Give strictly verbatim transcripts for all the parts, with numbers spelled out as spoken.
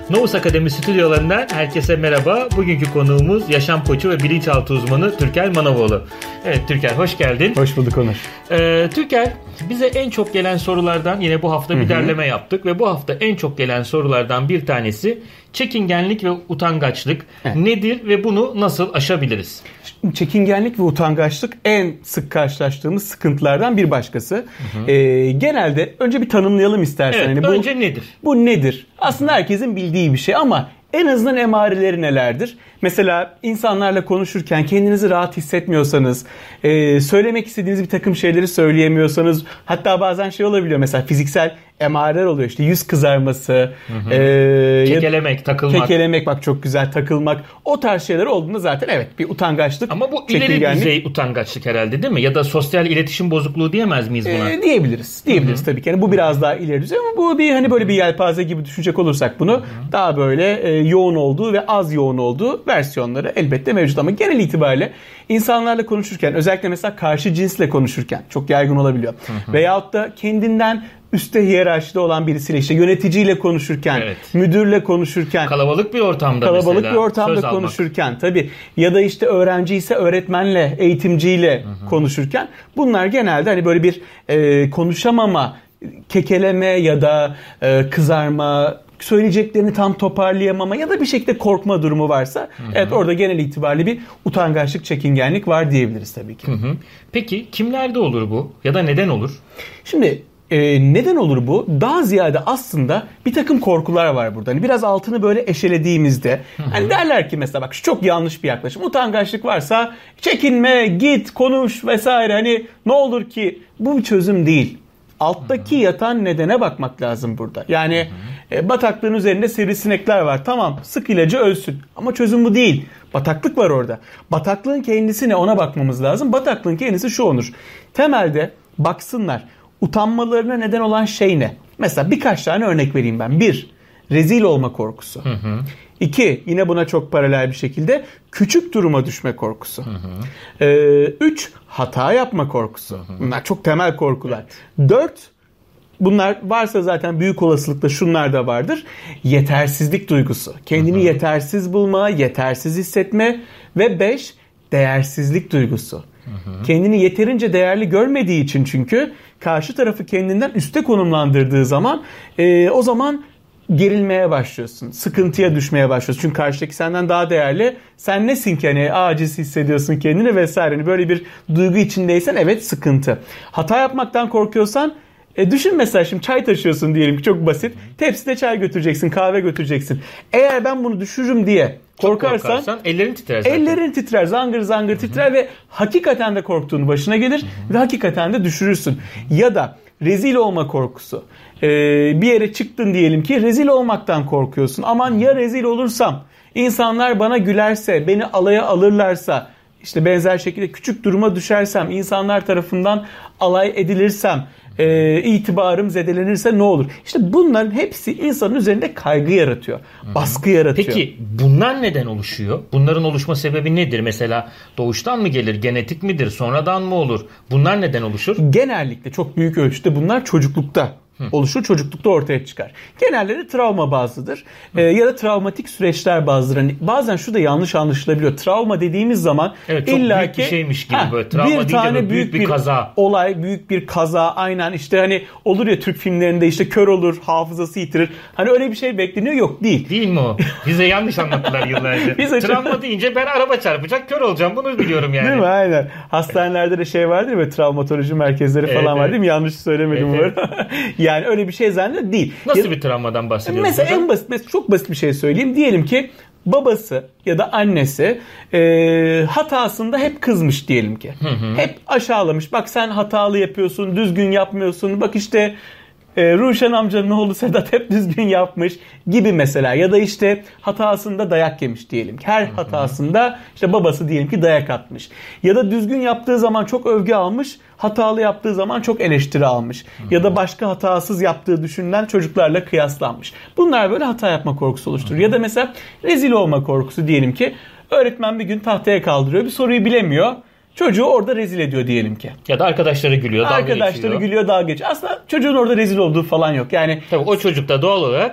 Novus Akademi stüdyolarından herkese merhaba. Bugünkü konuğumuz yaşam koçu ve bilinçaltı uzmanı Türker Manavoğlu. Evet Türker, hoş geldin. Hoş bulduk Onur. Ee, Türker, bize en çok gelen sorulardan yine bu hafta bir Hı-hı. derleme yaptık ve bu hafta en çok gelen sorulardan bir tanesi çekingenlik ve utangaçlık evet. nedir ve bunu nasıl aşabiliriz? Çekingenlik ve utangaçlık en sık karşılaştığımız sıkıntılardan bir başkası. Ee, genelde önce bir tanımlayalım istersen. Evet, yani bu, önce nedir? Bu nedir? Aslında herkesin bildiği bir şey ama en azından emareleri nelerdir? Mesela insanlarla konuşurken kendinizi rahat hissetmiyorsanız, e, söylemek istediğiniz bir takım şeyleri söyleyemiyorsanız, hatta bazen şey olabiliyor, mesela fiziksel emareler oluyor, işte yüz kızarması, hı hı. E, kekelemek, takılmak. Kekelemek bak çok güzel, takılmak. O tarz şeyler olduğunda zaten evet bir utangaçlık. Ama bu ileri düzey utangaçlık herhalde değil mi? Ya da sosyal iletişim bozukluğu diyemez miyiz buna? E, diyebiliriz. Diyebiliriz hı hı. tabii ki. Yani bu biraz daha ileri düzey ama bu bir hani böyle bir yelpaze gibi düşünecek olursak bunu hı hı. daha böyle e, yoğun olduğu ve az yoğun olduğu versiyonları elbette mevcut ama genel itibariyle insanlarla konuşurken, özellikle mesela karşı cinsle konuşurken çok yaygın olabiliyor. Hı hı. Veyahut da kendinden üstte hiyerarşide olan birisiyle, işte yöneticiyle konuşurken, evet. müdürle konuşurken, kalabalık bir ortamda kalabalık mesela, bir ortamda konuşurken tabii, ya da işte öğrenci ise öğretmenle, eğitimciyle hı hı. konuşurken, bunlar genelde hani böyle bir e, konuşamama, kekeleme ya da e, kızarma, söyleyeceklerini tam toparlayamama ya da bir şekilde korkma durumu varsa, hı hı. evet orada genel itibariyle bir utangaçlık, çekingenlik var diyebiliriz tabii ki. Hı hı. Peki kimlerde olur bu ya da neden olur? Şimdi e, neden olur bu? Daha ziyade aslında bir takım korkular var burada. Hani biraz altını böyle eşelediğimizde, hı hı. hani derler ki mesela bak şu çok yanlış bir yaklaşım. Utangaçlık varsa çekinme, git, konuş vesaire. Hani ne olur ki, bu bir çözüm değil. Alttaki hı hı. yatan nedene bakmak lazım burada. Yani hı hı. E, bataklığın üzerinde sivrisinekler var. Tamam, sık ilacı ölsün. Ama çözüm bu değil. Bataklık var orada. Bataklığın kendisi ne, ona bakmamız lazım. Bataklığın kendisi şu Onur. Temelde baksınlar. Utanmalarına neden olan şey ne? Mesela birkaç tane örnek vereyim ben. Bir, rezil olma korkusu. Hı hı. İki, yine buna çok paralel bir şekilde küçük duruma düşme korkusu. Hı hı. Ee, üç, hata yapma korkusu. Hı hı. Bunlar çok temel korkular. Evet. Dört, bunlar varsa zaten büyük olasılıkla şunlar da vardır. Yetersizlik duygusu. Kendini hı hı. yetersiz bulma, yetersiz hissetme. Ve beş, değersizlik duygusu. Hı hı. Kendini yeterince değerli görmediği için, çünkü karşı tarafı kendinden üste konumlandırdığı zaman e, o zaman gerilmeye başlıyorsun. Sıkıntıya düşmeye başlıyorsun. Çünkü karşıdaki senden daha değerli. Sen nesin ki hani aciz hissediyorsun kendini vesaire. Hani böyle bir duygu içindeysen evet sıkıntı. Hata yapmaktan korkuyorsan E düşün mesela, şimdi çay taşıyorsun diyelim ki, çok basit. Tepside çay götüreceksin, kahve götüreceksin. Eğer ben bunu düşürürüm diye korkarsan, korkarsan ellerin titrer zaten. Ellerin titrer, zangır zangır Hı-hı. titrer ve hakikaten de korktuğun başına gelir Hı-hı. ve hakikaten de düşürürsün. Hı-hı. Ya da rezil olma korkusu. Ee, bir yere çıktın diyelim ki, rezil olmaktan korkuyorsun. Aman ya rezil olursam, insanlar bana gülerse, beni alaya alırlarsa, işte benzer şekilde küçük duruma düşersem, insanlar tarafından alay edilirsem, E, itibarım zedelenirse ne olur? İşte bunların hepsi insanın üzerinde kaygı yaratıyor. Hı-hı. Baskı yaratıyor. Peki bunlar neden oluşuyor? Bunların oluşma sebebi nedir? Mesela doğuştan mı gelir? Genetik midir? Sonradan mı olur? Bunlar neden oluşur? Genellikle çok büyük ölçüde bunlar çocuklukta oluşur, çocuklukta ortaya çıkar. Genelleri travma bazlıdır ee, ya da travmatik süreçler bazlıdır. Hani bazen şu da yanlış anlaşılabiliyor. Travma dediğimiz zaman evet, çok illa büyük ki, bir şeymiş gibi ha, böyle. Travma bir tane büyük, büyük bir, bir kaza. Olay, büyük bir kaza, aynen işte hani olur ya Türk filmlerinde, işte kör olur, hafızası yitirir. Hani öyle bir şey bekleniyor, yok değil. Değil mi o? Bize yanlış anlattılar yıllarca. Bize travma çok... deyince ben araba çarpacak, kör olacağım, bunu biliyorum yani. Değil mi? Aynen. Hastanelerde de şey vardır ve travmatoloji merkezleri falan evet, var evet. değil mi? Yanlış söylemedim evet, bu arada. Evet. Yani öyle bir şey zannediyor değil. Nasıl ya, bir travmadan bahsediyoruz? Mesela hocam? en basit, mesela çok basit bir şey söyleyeyim. Diyelim ki babası ya da annesi e, hatasında hep kızmış diyelim ki. Hı hı. Hep aşağılamış. Bak sen hatalı yapıyorsun, düzgün yapmıyorsun. Bak işte e, Ruşen amcanın oğlu Sedat hep düzgün yapmış gibi mesela. Ya da işte hatasında dayak yemiş diyelim ki. Her hı hı. hatasında işte babası diyelim ki dayak atmış. Ya da düzgün yaptığı zaman çok övgü almış. Hatalı yaptığı zaman çok eleştiri almış. Hı-hı. Ya da başka hatasız yaptığı düşünülen çocuklarla kıyaslanmış. Bunlar böyle hata yapma korkusu oluşturur. Hı-hı. Ya da mesela rezil olma korkusu diyelim ki. Öğretmen bir gün tahtaya kaldırıyor. Bir soruyu bilemiyor. Çocuğu orada rezil ediyor diyelim ki. Ya da arkadaşları gülüyor, dalga Arkadaşları geçiyor. gülüyor, dalga geçiyor. Aslında çocuğun orada rezil olduğu falan yok. Yani tabii o çocuk da doğal olarak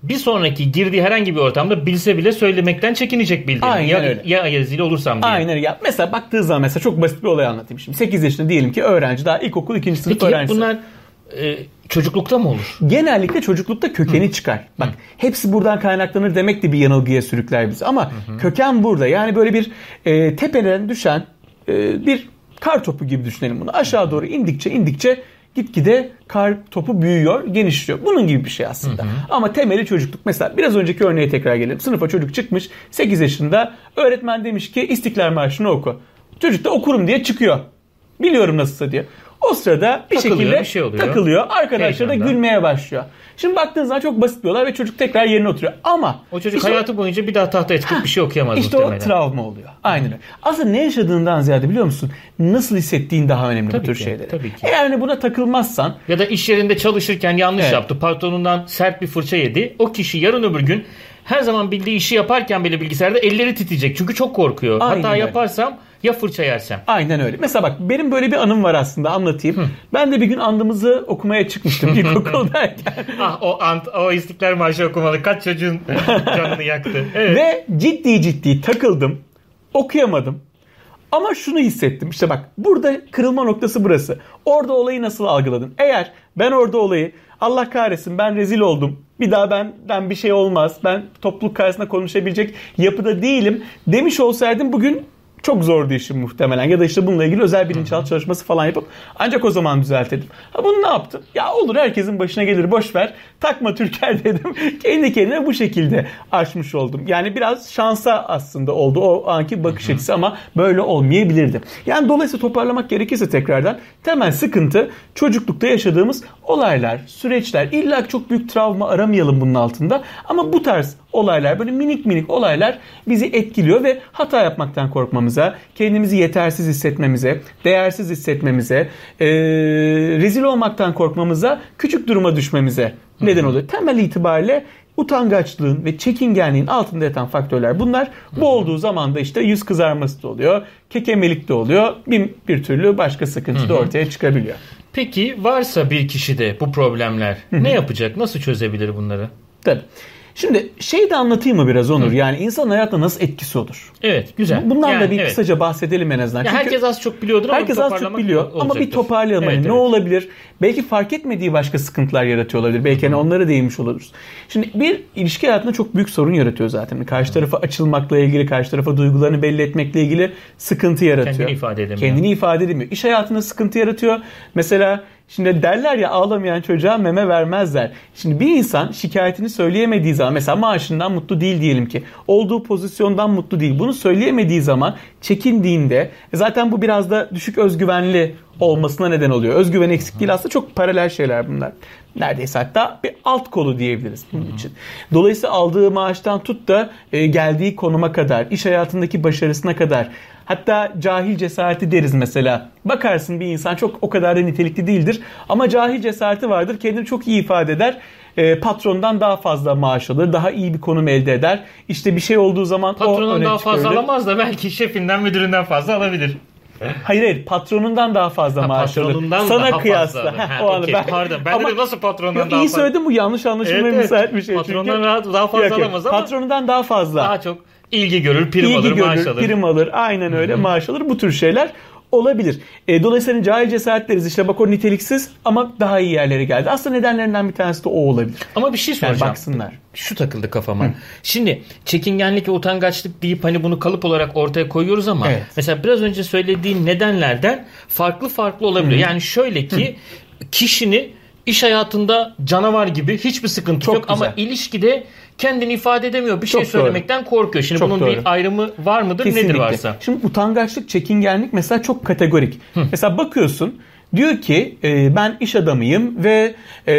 bir sonraki girdiği herhangi bir ortamda bilse bile söylemekten çekinecek bildiğini. Aynen ya, öyle. Ya rezil olursam diye. Aynen öyle. Ya mesela baktığı zaman mesela çok basit bir olay anlatayım şimdi. sekiz yaşında diyelim ki öğrenci, daha ilkokul ikinci sınıf Peki, öğrencisi. bunlar e, çocuklukta mı olur? Genellikle çocuklukta kökeni Hı. çıkar. Bak Hı. hepsi buradan kaynaklanır demek de bir yanılgıya sürükler bizi. Ama Hı. köken burada. Yani böyle bir e, tepeden düşen e, bir kar topu gibi düşünelim bunu. Aşağı doğru indikçe indikçe gitgide kar topu büyüyor, genişliyor. Bunun gibi bir şey aslında. Hı hı. Ama temeli çocukluk. Mesela biraz önceki örneğe tekrar gelelim. Sınıfa çocuk çıkmış, sekiz yaşında. Öğretmen demiş ki İstiklal Marşı'nı oku. Çocuk da okurum diye çıkıyor. Biliyorum nasılsa diye. O sırada bir takılıyor, şekilde bir şey oluyor. takılıyor. Arkadaşlar da gülmeye başlıyor. Şimdi baktığınız zaman çok basit bir olay ve çocuk tekrar yerine oturuyor. Ama o çocuk işte hayatı boyunca bir daha tahtaya çıkıp bir şey okuyamaz İşte muhtemelen. o travma oluyor. Aynen öyle. Aslında ne yaşadığından ziyade biliyor musun? Nasıl hissettiğin daha önemli tabii bu tür ki, şeyler. Tabii ki. Eğer hani buna takılmazsan ya da iş yerinde çalışırken yanlış evet. yaptı. Patronundan sert bir fırça yedi. O kişi yarın öbür gün her zaman bildiği işi yaparken bile bilgisayarda elleri titreyecek. Çünkü çok korkuyor. Aynen Hata öyle. yaparsam ya fırça yersem. Aynen öyle. Mesela bak benim böyle bir anım var aslında, anlatayım. Hı. Ben de bir gün andımızı okumaya çıkmıştım ilkokuldayken. Ah o ant, o İstiklal Marşı okumalı. Kaç çocuğun canını yaktı. Evet. Ve ciddi ciddi takıldım. Okuyamadım. Ama şunu hissettim. İşte bak burada kırılma noktası burası. Orada olayı nasıl algıladın? Eğer ben orada olayı Allah kahretsin ben rezil oldum, bir daha benden bir şey olmaz, ben topluluk karşısında konuşabilecek yapıda değilim demiş olsaydım bugün çok zordu işim muhtemelen. Ya da işte bununla ilgili özel bilinçaltı çalışması falan yapıp ancak o zaman düzeltirdim. Ha bunu ne yaptım? Ya olur herkesin başına gelir, boş ver. Takma Türker dedim. Kendi kendine bu şekilde aşmış oldum. Yani biraz şansa aslında oldu o anki bakış açısı ama böyle olmayabilirdi. Yani dolayısıyla toparlamak gerekirse tekrardan temel sıkıntı çocuklukta yaşadığımız olaylar, süreçler. İlla çok büyük travma aramayalım bunun altında. Ama bu tarz olaylar, böyle minik minik olaylar bizi etkiliyor ve hata yapmaktan korkmamıza, kendimizi yetersiz hissetmemize, değersiz hissetmemize, ee, rezil olmaktan korkmamıza, küçük duruma düşmemize neden oluyor. Temel itibariyle utangaçlığın ve çekingenliğin altında yatan faktörler bunlar. Bu olduğu zaman da işte yüz kızarması da oluyor, kekemelik de oluyor, bir, bir türlü başka sıkıntı da ortaya çıkabiliyor. Peki varsa bir kişide bu problemler ne yapacak? Nasıl çözebilir bunları? Tabii. Şimdi şeyi de anlatayım mı biraz Onur? Hı. Yani insan hayatına nasıl etkisi olur? Evet, güzel. Bundan yani, da bir evet. kısaca bahsedelim en azından. Ya Çünkü herkes az çok biliyordur ama herkes az çok biliyor ama bir toparlayalım. Evet, hani evet. Ne olabilir? Belki fark etmediği başka sıkıntılar yaratıyor olabilir. Belki hani onlara değinmiş oluruz. Şimdi bir ilişki hayatında çok büyük sorun yaratıyor zaten. Karşı tarafa açılmakla ilgili, karşı tarafa duygularını belli etmekle ilgili sıkıntı yaratıyor. Kendini ifade edemiyor. Kendini ifade edemiyor. İş hayatında sıkıntı yaratıyor. Mesela şimdi derler ya, ağlamayan çocuğa meme vermezler. Şimdi bir insan şikayetini söyleyemediği zaman, mesela maaşından mutlu değil diyelim ki, olduğu pozisyondan mutlu değil, bunu söyleyemediği zaman, çekindiğinde, zaten bu biraz da düşük özgüvenli olmasına neden oluyor. Özgüven eksikliği aslında çok paralel şeyler bunlar. Neredeyse hatta bir alt kolu diyebiliriz bunun için. Dolayısıyla aldığı maaştan tut da e, geldiği konuma kadar, iş hayatındaki başarısına kadar, hatta cahil cesareti deriz mesela. Bakarsın bir insan çok o kadar da nitelikli değildir ama cahil cesareti vardır. Kendini çok iyi ifade eder. E, patrondan daha fazla maaş alır. Daha iyi bir konum elde eder. İşte bir şey olduğu zaman patrondan o öne daha fazla çıkarılır. alamaz da belki şefinden, müdüründen fazla alabilir. Hayır hayır, patronundan daha fazla ha, maaş alır. Sana daha kıyasla. Fazla ha, o okay, ben, pardon. Ben ama, de nasıl patrondan yok, daha iyi fazla? söyledim, bu yanlış anlaşılmaya evet, müsait bir şey. Patrondan çünkü. daha fazla yok, alamaz ama. Patronundan daha fazla. Daha çok ilgi görür, prim ilgi alır, görür, maaş alır. prim alır. Aynen öyle, Hı-hı. maaş alır. Bu tür şeyler olabilir. E, dolayısıyla cahil cesaret deriz. İşte bak o niteliksiz ama daha iyi yerlere geldi. Aslında nedenlerinden bir tanesi de o olabilir. Ama bir şey soracağım. Yani baksınlar. Şu takıldı kafama. Hı. Şimdi çekingenlik ve utangaçlık deyip hani bunu kalıp olarak ortaya koyuyoruz ama evet. mesela biraz önce söylediğin nedenlerden farklı farklı olabilir. Hı. Yani şöyle ki Hı. kişinin iş hayatında canavar gibi hiçbir sıkıntı Çok yok güzel. Ama ilişkide kendini ifade edemiyor. Bir Çok şey söylemekten doğru. korkuyor. Şimdi çok bunun doğru. bir ayrımı var mıdır? Kesinlikle. Nedir varsa? Şimdi utangaçlık, çekingenlik mesela çok kategorik. Hı. Mesela bakıyorsun, diyor ki e, ben iş adamıyım ve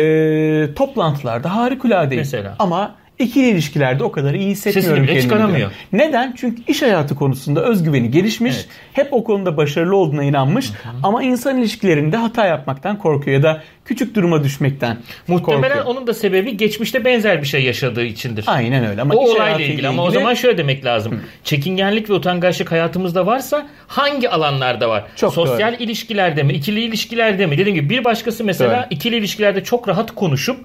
e, toplantılarda harikuladeyim. Mesela. Ama ikili ilişkilerde o kadar iyi hissetmiyorum kendimi. Sesini bile çıkaramıyor. Neden? Çünkü iş hayatı konusunda özgüveni gelişmiş. Evet. Hep o konuda başarılı olduğuna inanmış. Hı hı. Ama insan ilişkilerinde hata yapmaktan korkuyor ya da küçük duruma düşmekten Muhtemelen korkuyor. Onun da sebebi geçmişte benzer bir şey yaşadığı içindir. Aynen öyle. Ama o olayla ilgili. ilgili ama o zaman şöyle demek lazım. Hı. Çekingenlik ve utangaçlık hayatımızda varsa hangi alanlarda var? Çok Sosyal doğru. ilişkilerde mi? İkili ilişkilerde mi? Dediğim gibi bir başkası mesela doğru. ikili ilişkilerde çok rahat konuşup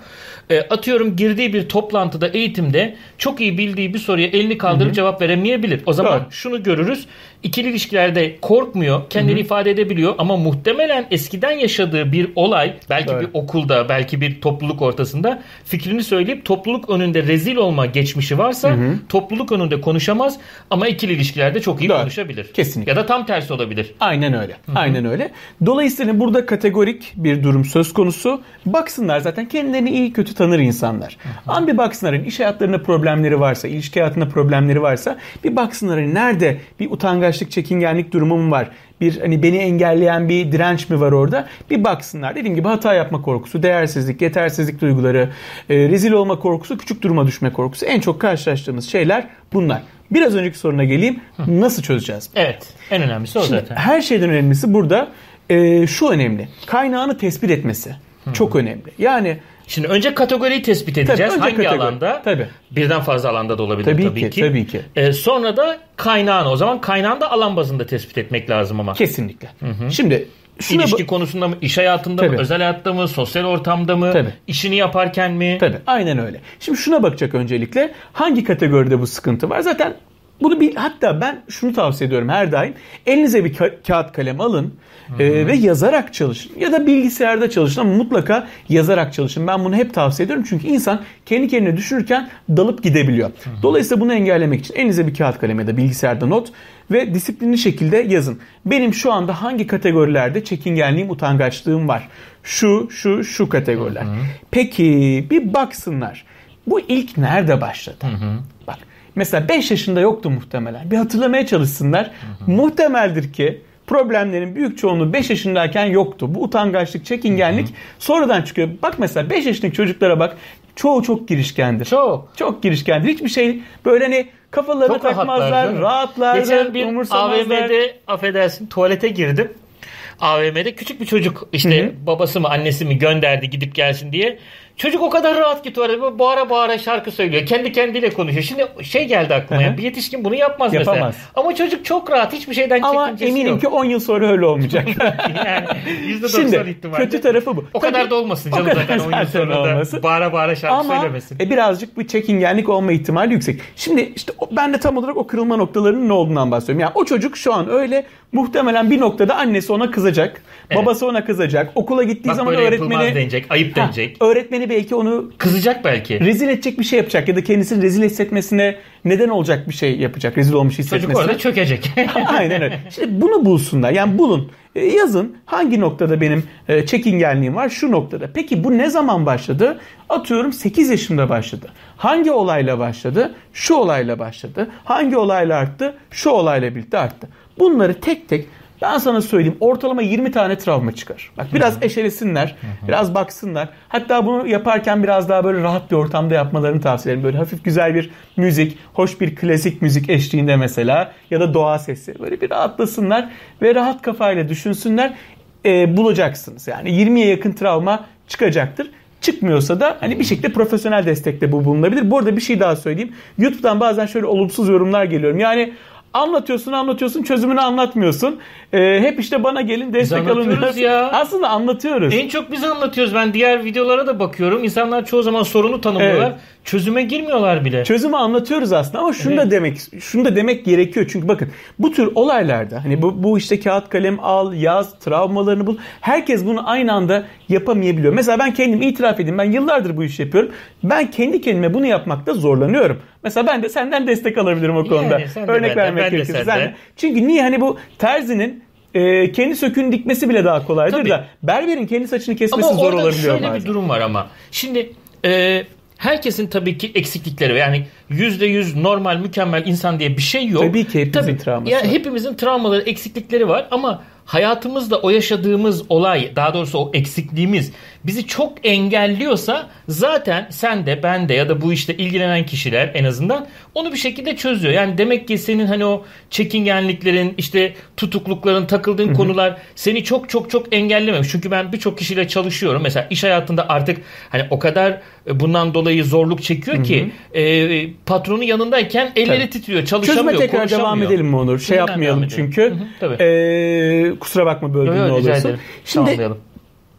E, atıyorum girdiği bir toplantıda, eğitimde çok iyi bildiği bir soruya elini kaldırıp Hı-hı. cevap veremeyebilir. O zaman Doğru. şunu görürüz. İkili ilişkilerde korkmuyor, kendini Hı-hı. ifade edebiliyor ama muhtemelen eskiden yaşadığı bir olay, belki Doğru. bir okulda, belki bir topluluk ortasında fikrini söyleyip topluluk önünde rezil olma geçmişi varsa Hı-hı. topluluk önünde konuşamaz ama ikili ilişkilerde çok iyi Doğru. konuşabilir. Kesinlikle. Ya da tam tersi olabilir. Aynen öyle. Hı-hı. Aynen öyle. Dolayısıyla burada kategorik bir durum söz konusu. Baksınlar, zaten kendilerini iyi kötü tanır insanlar. Hı-hı. Ama bir baksınlar, iş hayatlarında problemleri varsa, ilişki hayatında problemleri varsa bir baksınlar nerede bir utangaçlık, çekingenlik durumum var. Bir hani beni engelleyen bir direnç mi var orada? Bir baksınlar. Dediğim gibi hata yapma korkusu, değersizlik, yetersizlik duyguları, e, rezil olma korkusu, küçük duruma düşme korkusu. En çok karşılaştığımız şeyler bunlar. Biraz önceki soruna geleyim. Hı. Nasıl çözeceğiz? Evet. En önemlisi o Şimdi, zaten. Her şeyden önemlisi burada e, şu önemli. Kaynağını tespit etmesi. Hı. Çok önemli. Yani şimdi önce kategoriyi tespit edeceğiz. Tabii, hangi kategori. alanda? Tabii. Birden fazla alanda da olabilir tabii, tabii ki. ki. Tabii ki. Ee, sonra da kaynağını. O zaman kaynağını da alan bazında tespit etmek lazım ama. Kesinlikle. Hı hı. Şimdi şuna İlişki ba- konusunda mı, iş hayatında tabii. mı, özel hayatta mı, sosyal ortamda mı, tabii. işini yaparken mi? Tabii. Aynen öyle. Şimdi şuna bakacak öncelikle. Hangi kategoride bu sıkıntı var? Zaten bunu bir, hatta ben şunu tavsiye ediyorum her daim. Elinize bir ka- kağıt kalem alın e, ve yazarak çalışın. Ya da bilgisayarda çalışın ama mutlaka yazarak çalışın. Ben bunu hep tavsiye ediyorum. Çünkü insan kendi kendine düşünürken dalıp gidebiliyor. Hı-hı. Dolayısıyla bunu engellemek için elinize bir kağıt kalem ya da bilgisayarda not ve disiplinli şekilde yazın. Benim şu anda hangi kategorilerde çekingenliğim, utangaçlığım var? Şu, şu, şu kategoriler. Hı-hı. Peki bir baksınlar. Bu ilk nerede başladı? Hı-hı. Bak. Mesela beş yaşında yoktu muhtemelen. Bir hatırlamaya çalışsınlar. Hı hı. Muhtemeldir ki problemlerin büyük çoğunluğu beş yaşındayken yoktu. Bu utangaçlık, çekingenlik hı hı. sonradan çıkıyor. Bak mesela beş yaşındaki çocuklara bak. Çoğu çok girişkendir. Çok. Çok girişkendir. Hiçbir şey böyle hani kafalarına çok takmazlar, rahatlardır, geçen bir A V M'de affedersin tuvalete girdim. A V M'de küçük bir çocuk işte Hı-hı. babası mı annesi mi gönderdi gidip gelsin diye. Çocuk o kadar rahat ki tuvalete bağıra bağıra şarkı söylüyor. Kendi kendiyle konuşuyor. Şimdi şey geldi aklıma ya, bir yetişkin bunu yapmaz Yapamaz. mesela. Ama çocuk çok rahat, hiçbir şeyden Ama çekincesi yok. Ama eminim ki on yıl sonra öyle olmayacak. Yani yüzde doksan Şimdi, ihtimalle. Kötü tarafı bu. O Tabii, kadar da olmasın canım zaten on yıl sonra olmasın. da bağıra bağıra şarkı Ama, söylemesin. Ama e, birazcık bir çekingenlik olma ihtimali yüksek. Şimdi işte ben de tam olarak o kırılma noktalarının ne olduğundan bahsediyorum. Yani o çocuk şu an öyle muhtemelen bir noktada annesi ona kızacak. Evet. Babası ona kızacak. Okula gittiği Bak zaman öğretmeni denecek, ayıp ha, denecek. Öğretmeni belki onu kızacak belki. Rezil edecek bir şey yapacak ya da kendisini rezil hissetmesine neden olacak bir şey yapacak. Rezil olmuş hissetmesine. Çocuk orada çökecek. Aynen öyle. Şimdi bunu bulsunlar. Yani bulun. E, yazın hangi noktada benim e, çekingenliğim var? Şu noktada. Peki bu ne zaman başladı? Atıyorum sekiz yaşımda başladı. Hangi olayla başladı? Şu olayla başladı. Hangi olayla arttı? Şu olayla birlikte arttı. Bunları tek tek ben sana söyleyeyim, ortalama yirmi tane travma çıkar. Bak biraz Hı-hı. eşelesinler, Hı-hı. biraz baksınlar. Hatta bunu yaparken biraz daha böyle rahat bir ortamda yapmalarını tavsiye ederim. Böyle hafif güzel bir müzik, hoş bir klasik müzik eşliğinde mesela ya da doğa sesi. Böyle bir rahatlasınlar ve rahat kafayla düşünsünler. E, bulacaksınız. Yani yirmiye yakın travma çıkacaktır. Çıkmıyorsa da hani bir şekilde profesyonel destekte bu bulunabilir. Bu arada bir şey daha söyleyeyim. YouTube'dan bazen şöyle olumsuz yorumlar geliyorum. Yani anlatıyorsun anlatıyorsun çözümünü anlatmıyorsun. Ee, hep işte bana gelin destek alın. Ya. Aslında anlatıyoruz. En çok biz anlatıyoruz. Ben diğer videolara da bakıyorum. İnsanlar çoğu zaman sorunu tanımlıyorlar. Evet. Çözüme girmiyorlar bile. Çözümü anlatıyoruz aslında ama şunu evet. da demek şunu da demek gerekiyor. Çünkü bakın bu tür olaylarda hani bu, bu işte kağıt kalem al, yaz, travmalarını bul. Herkes bunu aynı anda yapamayabiliyor. Mesela ben kendim itiraf edeyim. Ben yıllardır bu işi yapıyorum. Ben kendi kendime bunu yapmakta zorlanıyorum. Mesela ben de senden destek alabilirim o konuda. Yani, Örnek vermek gerekirse. Çünkü niye hani bu terzinin e, kendi söküğünü dikmesi bile daha kolaydır Tabii. da berberin kendi saçını kesmesi ama zor olabiliyor bazen. Ama orada şöyle bir durum var ama. Şimdi e, herkesin tabii ki eksiklikleri yani yüzde yüz normal mükemmel insan diye bir şey yok. Tabii ki hepimizin tabii, travması yani hepimizin travmaları, eksiklikleri var ama hayatımızda o yaşadığımız olay, daha doğrusu o eksikliğimiz bizi çok engelliyorsa zaten sen de ben de ya da bu işte ilgilenen kişiler en azından onu bir şekilde çözüyor. Yani demek ki senin hani o çekingenliklerin, işte tutuklukların, takıldığın Hı-hı. konular seni çok çok çok engellememiş. Çünkü ben birçok kişiyle çalışıyorum. Mesela iş hayatında artık hani o kadar bundan dolayı zorluk çekiyor Hı-hı. ki e, patronu yanındayken elleri Tabii. titriyor, çalışamıyor, Çözüme tekrar devam edelim mi Onur? Şey Çözümden yapmayalım çünkü. E, kusura bakma bölgün ne olursun. Şimdi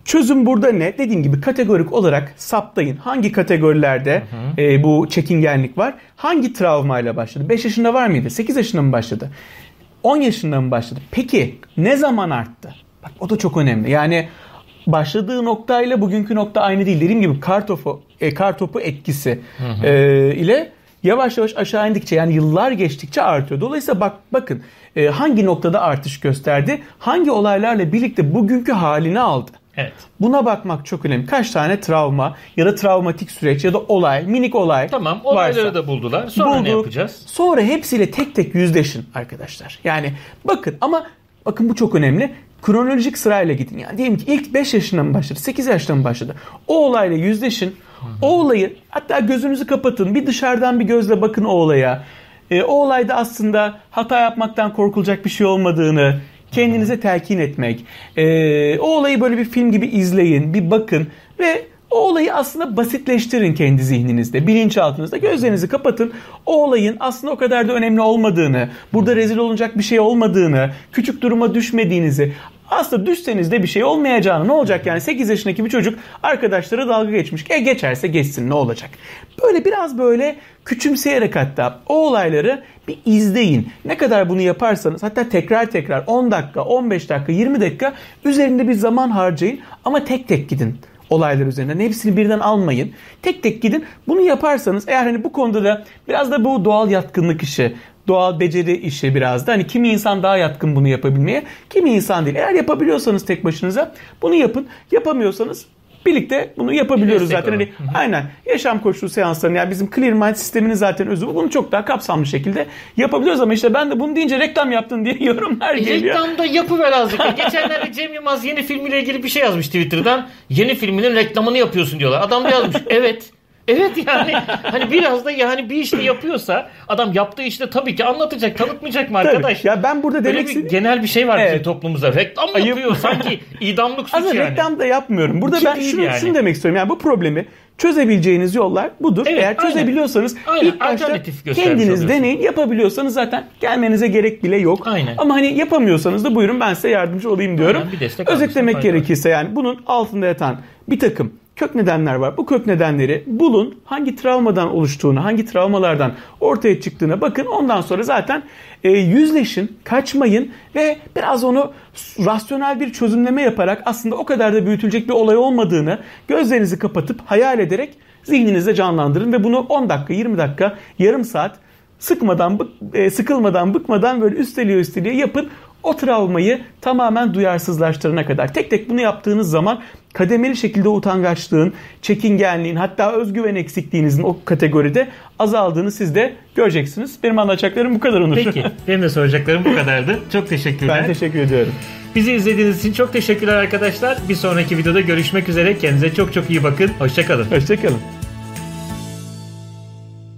Çözüm burada ne? Dediğim gibi kategorik olarak saptayın. Hangi kategorilerde hı hı. E, bu çekingenlik var? Hangi travmayla başladı? beş yaşında var mıydı? sekiz yaşında mı başladı? on yaşında mı başladı? Peki ne zaman arttı? Bak o da çok önemli. Yani başladığı noktayla bugünkü nokta aynı değil. Dediğim gibi kartopu, e, kartopu etkisi hı hı. E, ile yavaş yavaş aşağı indikçe, yani yıllar geçtikçe artıyor. Dolayısıyla bak bakın e, hangi noktada artış gösterdi? Hangi olaylarla birlikte bugünkü halini aldı? Evet. Buna bakmak çok önemli. Kaç tane travma ya da travmatik süreç ya da olay, minik olay Tamam, olayları varsa, da buldular. Sonra bulduk, ne yapacağız? Sonra hepsiyle tek tek yüzleşin arkadaşlar. Yani bakın, ama bakın bu çok önemli. Kronolojik sırayla gidin. Yani diyelim ki ilk beş yaşında mı başladı, sekiz yaşında mı başladı? O olayla yüzleşin. Hı hı. O olayı, hatta gözünüzü kapatın. Bir dışarıdan bir gözle bakın o olaya. E, o olayda aslında hata yapmaktan korkulacak bir şey olmadığını kendinize telkin etmek. E, o olayı böyle bir film gibi izleyin, bir bakın ve o olayı aslında basitleştirin kendi zihninizde, bilinçaltınızda. Gözlerinizi kapatın. O olayın aslında o kadar da önemli olmadığını, burada rezil olacak bir şey olmadığını, küçük duruma düşmediğinizi, aslında düşseniz de bir şey olmayacağını, ne olacak yani sekiz yaşındaki bir çocuk arkadaşları dalga geçmiş. E geçerse geçsin, ne olacak? Böyle biraz böyle küçümseyerek hatta o olayları bir izleyin. Ne kadar bunu yaparsanız, hatta tekrar tekrar on dakika, on beş dakika, yirmi dakika üzerinde bir zaman harcayın ama tek tek gidin olaylar üzerinden. Hepsini birden almayın. Tek tek gidin. Bunu yaparsanız eğer hani bu konuda da biraz da bu doğal yatkınlık işi, doğal beceri işi biraz da, hani kimi insan daha yatkın bunu yapabilmeye, kimi insan değil. Eğer yapabiliyorsanız tek başınıza bunu yapın. Yapamıyorsanız birlikte bunu yapabiliyoruz zaten. Hani aynen yaşam koçluğu seanslarını, yani bizim Clear Mind sisteminin zaten özü bu. Bunu çok daha kapsamlı şekilde yapabiliyoruz ama işte ben de bunu deyince reklam yaptın diye yorumlar geliyor. Reklamda yapıver azıcık. Geçenlerde Cem Yılmaz yeni filmiyle ilgili bir şey yazmış Twitter'dan. Yeni filminin reklamını yapıyorsun diyorlar. Adam da yazmış. Evet. Evet yani hani biraz da yani bir işte yapıyorsa adam yaptığı işte tabii ki anlatacak, tanıtmayacak mı arkadaş? Tabii. Ya ben burada demek istediğim genel bir şey var evet. bizim toplumumuzda. Reklam Ayıp. yapıyor sanki idamlık suç Aslında yani. reklam da yapmıyorum. Burada ben şunu, yani. şunu demek istiyorum. Yani bu problemi çözebileceğiniz yollar budur. Evet, Eğer çözebiliyorsanız aynen. ilk başta kendiniz deneyin. Yapabiliyorsanız zaten gelmenize gerek bile yok. Aynen. Ama hani yapamıyorsanız da buyurun ben size yardımcı olayım diyorum. Özetlemek gerekirse yani bunun altında yatan bir takım kök nedenler var. Bu kök nedenleri bulun. Hangi travmadan oluştuğunu, hangi travmalardan ortaya çıktığına bakın. Ondan sonra zaten e, yüzleşin, kaçmayın ve biraz onu rasyonel bir çözümleme yaparak aslında o kadar da büyütülecek bir olay olmadığını gözlerinizi kapatıp hayal ederek zihninizde canlandırın ve bunu on dakika, yirmi dakika, yarım saat sıkmadan, e, sıkılmadan, bıkmadan böyle üsteliyor üsteliyor yapın. O travmayı tamamen duyarsızlaştırana kadar. Tek tek bunu yaptığınız zaman kademeli şekilde utangaçlığın, çekingenliğin, hatta özgüven eksikliğinizin o kategoride azaldığını siz de göreceksiniz. Benim anlatacaklarım bu kadar Onur. Peki. Benim de soracaklarım bu kadardı. Çok teşekkürler. Ben teşekkür ediyorum. Bizi izlediğiniz için çok teşekkürler arkadaşlar. Bir sonraki videoda görüşmek üzere. Kendinize çok çok iyi bakın. Hoşça kalın. Hoşça kalın.